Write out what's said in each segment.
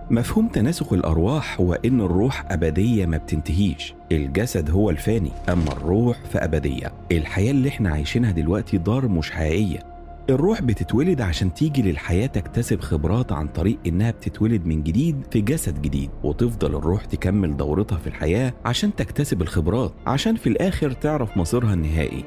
مفهوم تناسخ الأرواح هو إن الروح أبدية ما بتنتهيش، الجسد هو الفاني، أما الروح فأبدية. الحياة اللي احنا عايشينها دلوقتي دار مش حقيقية. الروح بتتولد عشان تيجي للحياة تكتسب خبرات عن طريق إنها بتتولد من جديد في جسد جديد، وتفضل الروح تكمل دورتها في الحياة عشان تكتسب الخبرات، عشان في الآخر تعرف مصيرها النهائي،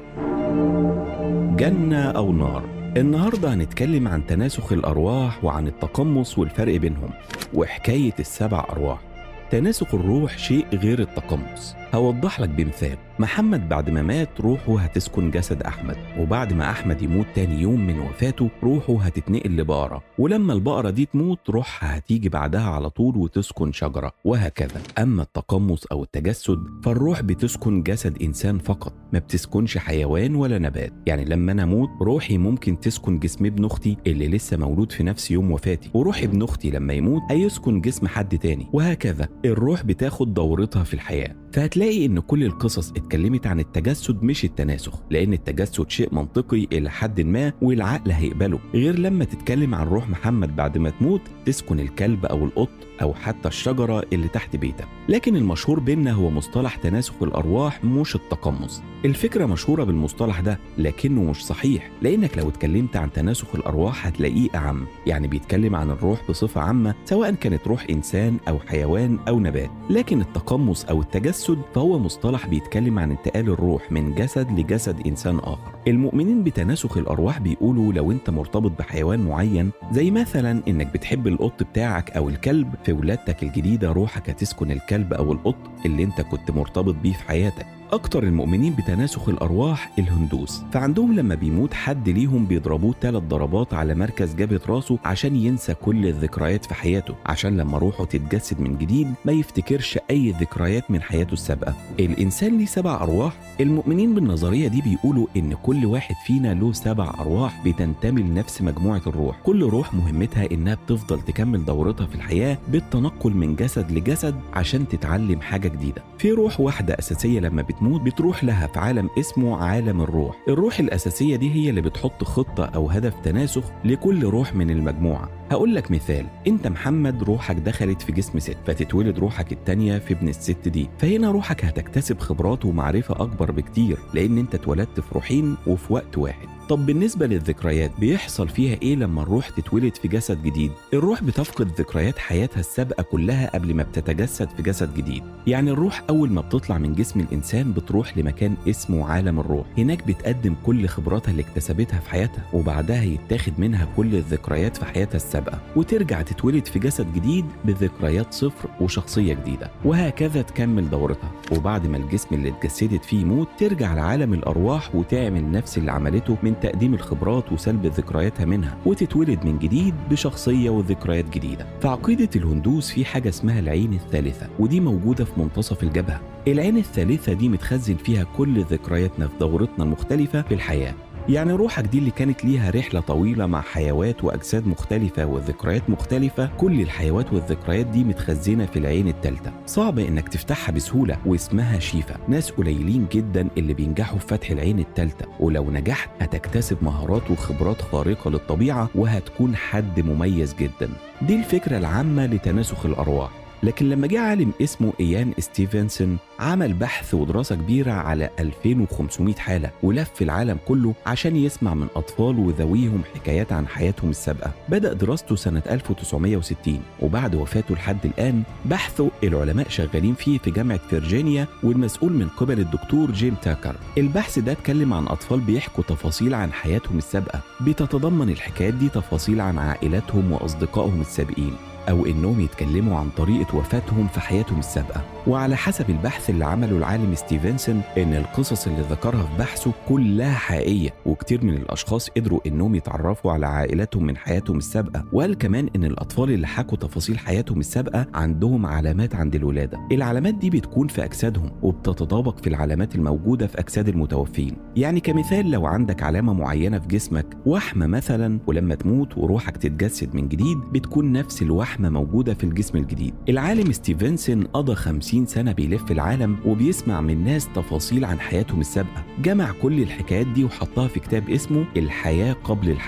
جنة أو نار. النهاردة هنتكلم عن تناسخ الأرواح وعن التقمص والفرق بينهم وحكاية السبع أرواح. تناسخ الروح شيء غير التقمص. هوضح لك بمثال. محمد بعد ما مات روحه هتسكن جسد أحمد، وبعد ما أحمد يموت تاني يوم من وفاته روحه هتتنقل لبقرة، ولما البقرة دي تموت روحها هتيجي بعدها على طول وتسكن شجرة، وهكذا. أما التقمص أو التجسد فالروح بتسكن جسد إنسان فقط، ما بتسكنش حيوان ولا نبات. يعني لما أنا أموت روحي ممكن تسكن جسم ابن أختي اللي لسه مولود في نفس يوم وفاتي، وروح ابن أختي لما يموت هيسكن جسم حد تاني، وهكذا. الروح بتاخد دورتها في الحياة. فهتلاقي إن كل القصص اتكلمت عن التجسد مش التناسخ، لأن التجسد شيء منطقي إلى حد ما والعقل هيقبله، غير لما تتكلم عن روح محمد بعد ما تموت تسكن الكلب أو القط أو حتى الشجرة اللي تحت بيتك. لكن المشهور بينا هو مصطلح تناسخ الأرواح مش التقمص. الفكرة مشهورة بالمصطلح ده لكنه مش صحيح، لأنك لو اتكلمت عن تناسخ الأرواح هتلاقيه أعم، يعني بيتكلم عن الروح بصفة عامة سواء كانت روح إنسان أو حيوان أو نبات. لكن التقمص أو التجسد فهو مصطلح بيتكلم عن انتقال الروح من جسد لجسد إنسان آخر. المؤمنين بتناسخ الأرواح بيقولوا لو أنت مرتبط بحيوان معين، زي مثلا إنك بتحب القط بتاعك أو الكلب، في ولادتك الجديدة روحك هتسكن الكلب أو القط اللي أنت كنت مرتبط بيه في حياتك. أكتر المؤمنين بتناسخ الأرواح الهندوس، فعندهم لما بيموت حد ليهم بيضربوه 3 ضربات على مركز جبهة راسه عشان ينسى كل الذكريات في حياته، عشان لما روحه تتجسد من جديد ما يفتكرش أي ذكريات من حياته السابقة. الإنسان ليه 7 أرواح. المؤمنين بالنظرية دي بيقولوا إن كل واحد فينا له 7 أرواح بتنتمي لنفس مجموعة الروح. كل روح مهمتها إنها بتفضل تكمل دورتها في الحياة بالتنقل من جسد لجسد عشان تتعلم حاجة جديدة. في روح واحدة أساسية لما بتموت بتروح لها في عالم اسمه عالم الروح. الروح الأساسية دي هي اللي بتحط خطة أو هدف تناسخ لكل روح من المجموعة. هقول لك مثال. انت محمد روحك دخلت في جسم ست، فتتولد روحك التانية في ابن الست دي، فهنا روحك هتكتسب خبرات ومعرفة أكبر بكتير لأن انت اتولدت في روحين وفي وقت واحد. طب بالنسبة للذكريات بيحصل فيها ايه لما الروح تتولد في جسد جديد؟ الروح بتفقد ذكريات حياتها السابقة كلها قبل ما بتتجسد في جسد جديد. يعني الروح أول ما بتطلع من جسم الإنسان بتروح لمكان اسمه عالم الروح، هناك بتقدم كل خبراتها اللي اكتسبتها في حياتها، وبعدها يتاخد منها كل الذكريات في حياتها السابقة، وترجع تتولد في جسد جديد بذكريات صفر وشخصية جديدة، وهكذا تكمل دورتها. وبعد ما الجسم اللي اتجسدت فيه يموت ترجع لعالم الأرواح وتعمل نفس اللي عملته من تقديم الخبرات وسلب ذكرياتها منها، وتتولد من جديد بشخصية وذكريات جديدة. في عقيدة الهندوس في حاجة اسمها العين الثالثة، ودي موجودة في منتصف الجبهة. العين الثالثة دي متخزن فيها كل ذكرياتنا في دورتنا المختلفة في الحياة. يعني روحك دي اللي كانت ليها رحلة طويلة مع حيوات وأجساد مختلفة وذكريات مختلفة، كل الحيوات والذكريات دي متخزنة في العين الثالثة، صعب إنك تفتحها بسهولة، واسمها شيفا. ناس قليلين جدا اللي بينجحوا في فتح العين الثالثة، ولو نجحت هتكتسب مهارات وخبرات خارقة للطبيعة وهتكون حد مميز جدا. دي الفكرة العامة لتناسخ الأرواح. لكن لما جه عالم اسمه إيان ستيفنسون عمل بحث ودراسة كبيرة على 2500 حالة، ولف العالم كله عشان يسمع من أطفال وذويهم حكايات عن حياتهم السابقة. بدأ دراسته سنة 1960، وبعد وفاته لحد الآن بحثه العلماء شغالين فيه في جامعة فيرجينيا، والمسؤول من قبل الدكتور جيم تاكر. البحث ده اتكلم عن أطفال بيحكوا تفاصيل عن حياتهم السابقة، بتتضمن الحكايات دي تفاصيل عن عائلاتهم وأصدقائهم السابقين، أو إنهم يتكلموا عن طريقة وفاتهم في حياتهم السابقة. وعلى حسب البحث اللي عمله العالم ستيفنسون إن القصص اللي ذكرها في بحثه كلها حقيقية، وكتير من الأشخاص قدروا إنهم يتعرفوا على عائلاتهم من حياتهم السابقة. وقال كمان إن الأطفال اللي حكوا تفاصيل حياتهم السابقة عندهم علامات عند الولادة. العلامات دي بتكون في أجسادهم وبتتطابق في العلامات الموجودة في أجساد المتوفين. يعني كمثال لو عندك علامة معينة في جسمك، وحمة مثلا، ولما تموت وروحك تتجسد من جديد بتكون نفس الوحمة موجودة في الجسم الجديد. العالم ستيفنسون قضى 50 سنة بيلف العالم وبيسمع من ناس تفاصيل عن حياتهم السابقة، جمع كل الحكايات دي وحطها في كتاب اسمه الحياة قبل الحياة.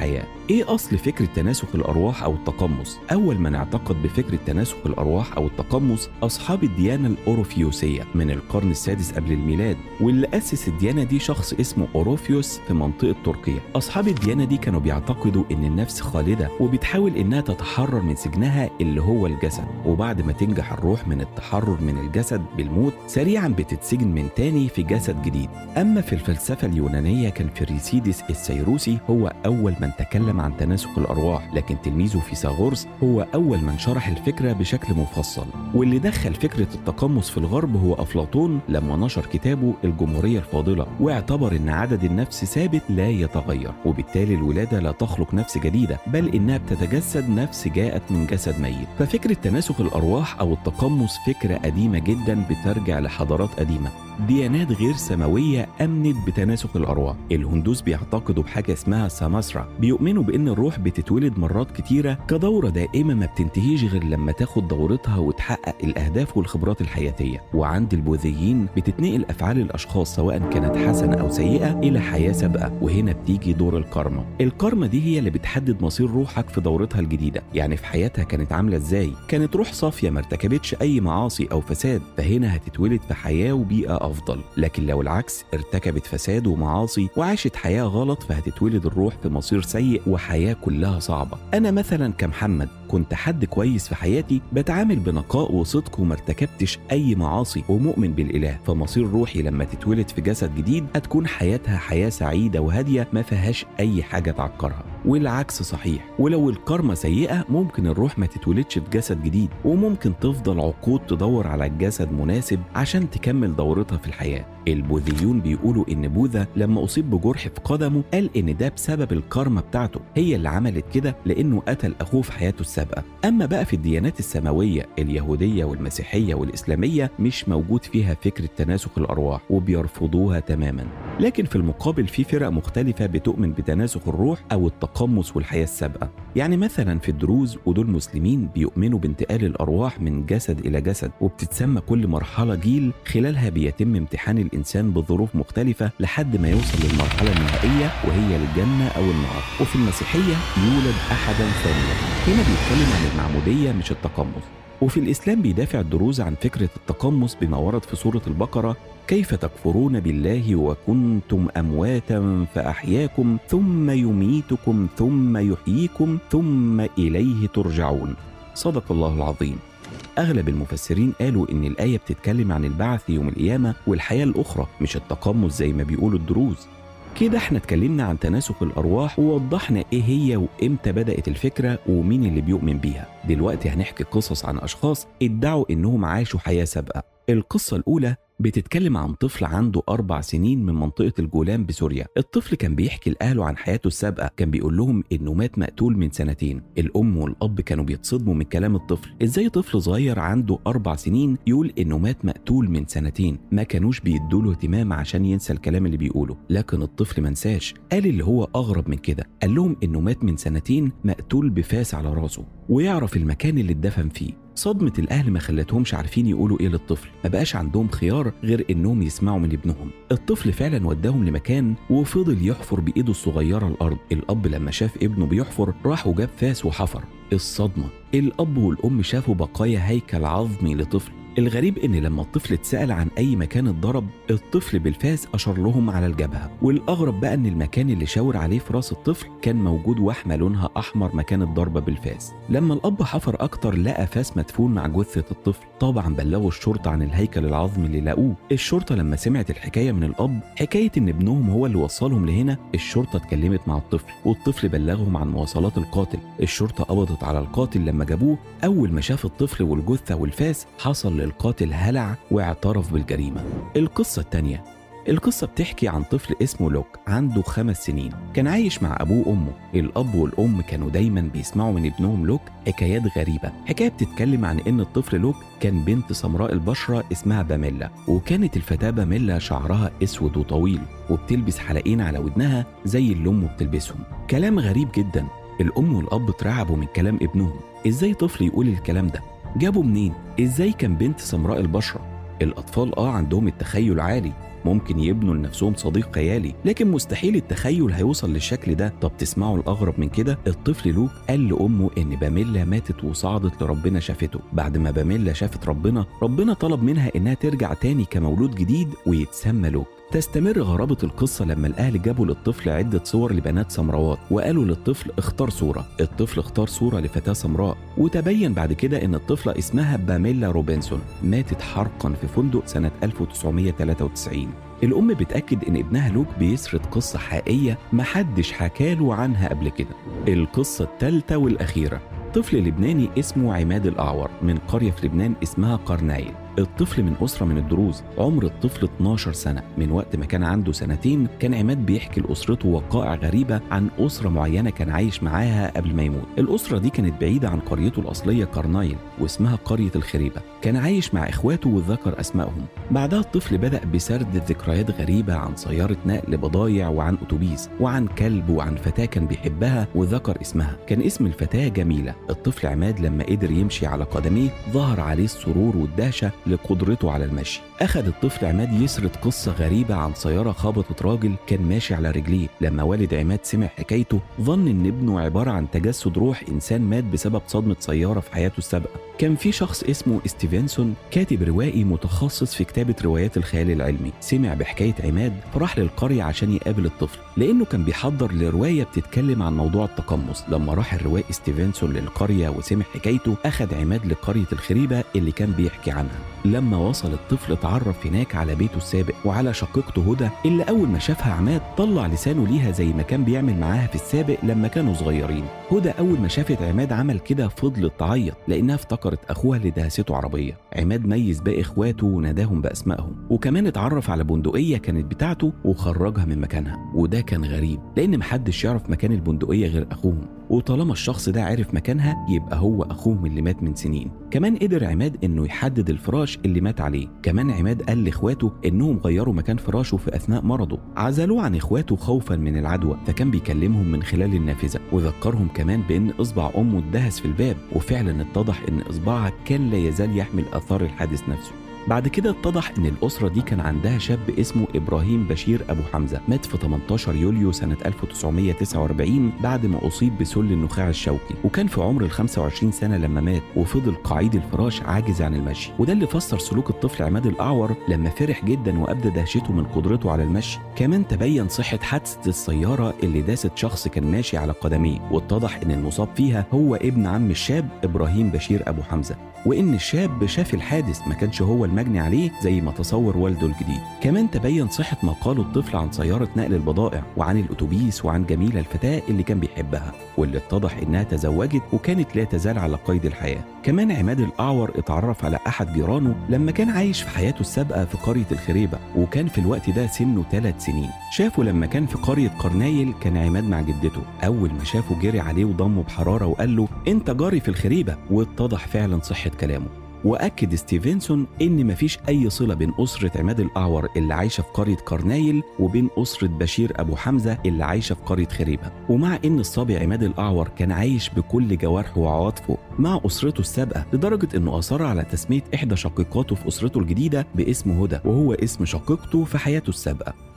إيه أصل فكرة تناسخ الأرواح أو التقمص؟ أول من اعتقد بفكرة تناسخ الأرواح أو التقمص أصحاب الديانة الأوروفيوسية من القرن السادس قبل الميلاد، واللي أسس الديانة دي شخص اسمه أوروفيوس في منطقة تركيا. أصحاب الديانة دي كانوا بيعتقدوا إن النفس خالدة وبتحاول إنها تتحرر من سجنها اللي هو الجسد، وبعد ما تنجح الروح من التحرر من الجسد بالموت سريعا بتتسجن من تاني في جسد جديد. أما في الفلسفة اليونانية كان فريسيدس السيروسي هو أول من تكلم عن تناسخ الأرواح، لكن تلميذه فيثاغورس هو أول من شرح الفكرة بشكل مفصل. واللي دخل فكرة التقمص في الغرب هو أفلاطون لما نشر كتابه الجمهورية الفاضلة، واعتبر إن عدد النفس ثابت لا يتغير، وبالتالي الولادة لا تخلق نفس جديدة بل إنها بتتجسد نفس جاءت من جسد ميت. ففكرة تناسخ الأرواح أو التقمص فكرة قديمة جدا بترجع لحضارات قديمة. ديانات غير سماوية أمنت بتناسخ الأرواح. الهندوس بيعتقدوا بحاجة اسمها ساماسرا، بيؤمنوا بإن الروح بتتولد مرات كتيرة كدورة دائمة ما بتنتهيش غير لما تاخد دورتها وتحقق الأهداف والخبرات الحياتية. وعند البوذيين بتتنقل أفعال الأشخاص سواء كانت حسنة أو سيئة إلى حياة سابقة، وهنا بتيجي دور الكارما. الكارما دي هي اللي بتحدد مصير روحك في دورتها الجديدة. يعني في حياتها كانت عاملة إزاي؟ كانت روح صافية ما ارتكبتش أي معاصي أو فساد، فهنا هتتولد في حياة وبيئة أفضل. لكن لو العكس ارتكبت فساد ومعاصي وعاشت حياة غلط فهتتولد الروح في مصير سيء وحياة كلها صعبة. أنا مثلا كمحمد كنت حد كويس في حياتي، بتعامل بنقاء وصدق وما ارتكبتش أي معاصي ومؤمن بالإله، فمصير روحي لما تتولد في جسد جديد هتكون حياتها حياة سعيدة وهادية ما فيهاش أي حاجة تعكرها. والعكس صحيح. ولو الكارما سيئة ممكن الروح ما تتولدش في جسد جديد، وممكن تفضل عقود تدور على الجسد مناسب عشان تكمل دورتها في الحياة. البوذيون بيقولوا إن بوذا لما أصيب بجرح في قدمه قال إن ده بسبب الكارما بتاعته، هي اللي عملت كده لأنه قتل أخوه في حياته السابقة. أما بقى في الديانات السماوية اليهودية والمسيحية والإسلامية مش موجود فيها فكرة تناسخ الأرواح وبيرفضوها تماما. لكن في المقابل في فرق مختلفة بتؤمن بتناسخ الروح أو التقمص والحياة السابقة. يعني مثلا في الدروز، ودول مسلمين بيؤمنوا بانتقال الأرواح من جسد إلى جسد، وبتتسمى كل مرحلة جيل خلالها بيتم امتحان الإنسان بظروف مختلفة لحد ما يوصل للمرحلة النهائية وهي الجنة أو النار. وفي المسيحية يولد أحدا ثانيا، هنا بيتكلم عن المعمودية مش التقمص. وفي الإسلام بيدافع الدروز عن فكرة التقمص بما ورد في سورة البقرة: كيف تكفرون بالله وكنتم أمواتا فأحياكم ثم يميتكم ثم يحييكم ثم إليه ترجعون. صدق الله العظيم. أغلب المفسرين قالوا إن الآية بتتكلم عن البعث يوم القيامة والحياة الأخرى مش التقمص زي ما بيقولوا الدروز. كده احنا اتكلمنا عن تناسخ الأرواح ووضحنا ايه هي وامتى بدأت الفكرة ومين اللي بيؤمن بيها. دلوقتي هنحكي قصص عن أشخاص ادعوا إنهم عاشوا حياة سابقة. القصة الأولى بتتكلم عن طفل عنده 4 سنين من منطقة الجولان بسوريا. الطفل كان بيحكي لأهله عن حياته السابقة، كان بيقول لهم إنه مات مقتول من 2 سنين. الأم والأب كانوا بيتصدموا من كلام الطفل، إزاي طفل صغير عنده 4 سنين يقول إنه مات مقتول من 2 سنين؟ ما كانوش بيدوله اهتمام عشان ينسى الكلام اللي بيقوله. لكن الطفل منساش، قال اللي هو أغرب من كده، قال لهم إنه مات من 2 سنين مقتول بفاس على راسه، ويعرف المكان اللي اتدفن فيه. صدمة الأهل ما خلتهمش عارفين يقولوا إيه للطفل، ما بقاش عندهم خيار غير إنهم يسمعوا من ابنهم. الطفل فعلا وداهم لمكان وفضل يحفر بإيده الصغيرة الأرض. الأب لما شاف ابنه بيحفر راح وجاب فاس وحفر. الصدمة، الأب والأم شافوا بقايا هيكل عظمي لطفل. الغريب إن لما الطفل اتسأل عن أي مكان اتضرب، الطفل بالفاس أشار لهم على الجبهة. والأغرب بقى إن المكان اللي شاور عليه في راس الطفل كان موجود وحمة لونها أحمر مكان الضربة بالفاس. لما الأب حفر أكتر لقى فاس مدفون مع جثة الطفل. طبعا بلغوا الشرطة عن الهيكل العظمي اللي لقوه. الشرطة لما سمعت الحكاية من الأب، حكاية إن ابنهم هو اللي وصلهم لهنا، الشرطة اتكلمت مع الطفل والطفل بلغهم عن مواصلات القاتل. الشرطة قبضت على القاتل لما جابوه. أول ما شاف الطفل والجثة والفاس حصل القاتل هلع واعترف بالجريمة. القصة الثانية، القصة بتحكي عن طفل اسمه لوك عنده 5 سنين، كان عايش مع أبوه وأمه. الأب والأم كانوا دايما بيسمعوا من ابنهم لوك حكايات غريبة. حكاية بتتكلم عن إن الطفل لوك كان بنت سمراء البشرة اسمها باميلا، وكانت الفتاة باميلا شعرها أسود وطويل وبتلبس حلقين على ودنها زي اللي أمه بتلبسهم. كلام غريب جدا. الأم والأب اترعبوا من كلام ابنهم، إزاي طفل يقول الكلام ده؟ جابوا منين؟ إزاي كان بنت سمراء البشرة؟ الأطفال عندهم التخيل عالي، ممكن يبنوا لنفسهم صديق خيالي، لكن مستحيل التخيل هيوصل للشكل ده. طب تسمعوا الأغرب من كده؟ الطفل لوك قال لأمه إن باميلا ماتت وصعدت لربنا شافته. بعد ما باميلا شافت ربنا طلب منها إنها ترجع تاني كمولود جديد ويتسمى لوك. تستمر غرابة القصة لما الأهل جابوا للطفل عدة صور لبنات سمراوات وقالوا للطفل اختار صورة. الطفل اختار صورة لفتاة سمراء، وتبين بعد كده إن الطفلة اسمها باميلا روبنسون ماتت حرقا في فندق سنة 1993. الأم بتأكد إن ابنها لوك بيسرد قصة حقيقية محدش حكاله عنها قبل كده. القصة الثالثة والأخيرة، طفل لبناني اسمه عماد الأعور من قرية في لبنان اسمها قرنايل. الطفل من أسرة من الدروز، عمر الطفل 12 سنة. من وقت ما كان عنده سنتين كان عماد بيحكي لأسرته وقائع غريبة عن أسرة معينة كان عايش معاها قبل ما يموت. الأسرة دي كانت بعيدة عن قريته الأصلية قرنايل واسمها قرية الخريبة. كان عايش مع إخواته وذكر أسمائهم. بعدها الطفل بدأ بسرد ذكريات غريبة عن سيارة نقل بضايع وعن أتوبيس وعن كلب وعن فتاة كان بيحبها وذكر اسمها. كان اسم الفتاة جميلة. الطفل عماد لما قدر يمشي على قدميه ظهر عليه السرور والدهشة لقدرته على المشي. أخذ الطفل عماد يسرد قصة غريبة عن سيارة خبطت راجل كان ماشي على رجليه. لما والد عماد سمع حكايته ظن إن ابنه عبارة عن تجسد روح إنسان مات بسبب صدمة سيارة في حياته السابقة. كان في شخص اسمه ستيفنسون كاتب روائي متخصص في كتابة روايات الخيال العلمي، سمع بحكاية عماد فراح للقرية عشان يقابل الطفل لأنه كان بيحضر لرواية بتتكلم عن موضوع التقمص. لما راح الروائي ستيفنسون للقرية وسمع حكايته أخذ عماد لقرية الخريبة اللي كان بيحكي عنها. لما وصل الطفل اتعرف هناك على بيته السابق وعلى شقيقته هدى اللي أول ما شافها عماد طلع لسانه ليها زي ما كان بيعمل معاها في السابق لما كانوا صغيرين. هدى أول ما شافت عماد عمل كده فضلت تعيط لأنها افتكرت أخوها اللي دهسته عربية. عماد ميز باقي إخواته وناداهم بأسمائهم، وكمان اتعرف على بندقية كانت بتاعته وخرجها من مكانها. وده كان غريب لأن محدش يعرف مكان البندقية غير أخوهم، وطالما الشخص ده عرف مكانها يبقى هو أخوهم اللي مات من سنين. كمان قدر عماد إنه يحدد الفراش اللي مات عليه. كمان عماد قال لإخواته إنهم غيروا مكان فراشه في أثناء مرضه، عزلوه عن إخواته خوفا من العدوى، فكان بيكلمهم من خلال النافذة. وذكرهم كمان بإن إصبع أمه اتدهس في الباب، وفعلا اتضح إن إصبعها كان لا يزال يحمل آثار الحادث نفسه. بعد كده اتضح ان الاسره دي كان عندها شاب اسمه ابراهيم بشير ابو حمزه مات في 18 يوليو سنه 1949 بعد ما اصيب بسل النخاع الشوكي، وكان في عمر ال 25 سنه لما مات، وفضل قعيد الفراش عاجز عن المشي. وده اللي فسر سلوك الطفل عماد الاعور لما فرح جدا وابدى دهشته من قدرته على المشي. كمان تبين صحه حادثه السياره اللي داست شخص كان ماشي على قدميه، واتضح ان المصاب فيها هو ابن عم الشاب ابراهيم بشير ابو حمزه، وان الشاب شاف الحادث ما كانش هو المجني عليه زي ما تصور والده الجديد. كمان تبين صحة ما قاله الطفل عن سيارة نقل البضائع وعن الأتوبيس وعن جميلة الفتاة اللي كان بيحبها واللي اتضح إنها تزوجت وكانت لا تزال على قيد الحياة. كمان عماد الأعور اتعرف على أحد جيرانه لما كان عايش في حياته السابقة في قرية الخريبة، وكان في الوقت ده سنه 3 سنين. شافه لما كان في قرية قرنايل كان عماد مع جدته. أول ما شافه جري عليه وضمه بحرارة وقال له أنت جاري في الخريبة، واتضح فعلا صحة كلامه. وأكد ستيفنسون إن مفيش أي صلة بين أسرة عماد الأعور اللي عايشة في قرية قرنايل وبين أسرة بشير أبو حمزة اللي عايشة في قرية خريبة. ومع إن الصبي عماد الأعور كان عايش بكل جوارحه وعواطفه مع أسرته السابقة لدرجة إنه أصر على تسمية إحدى شقيقاته في أسرته الجديدة باسم هدى، وهو اسم شقيقته في حياته السابقة.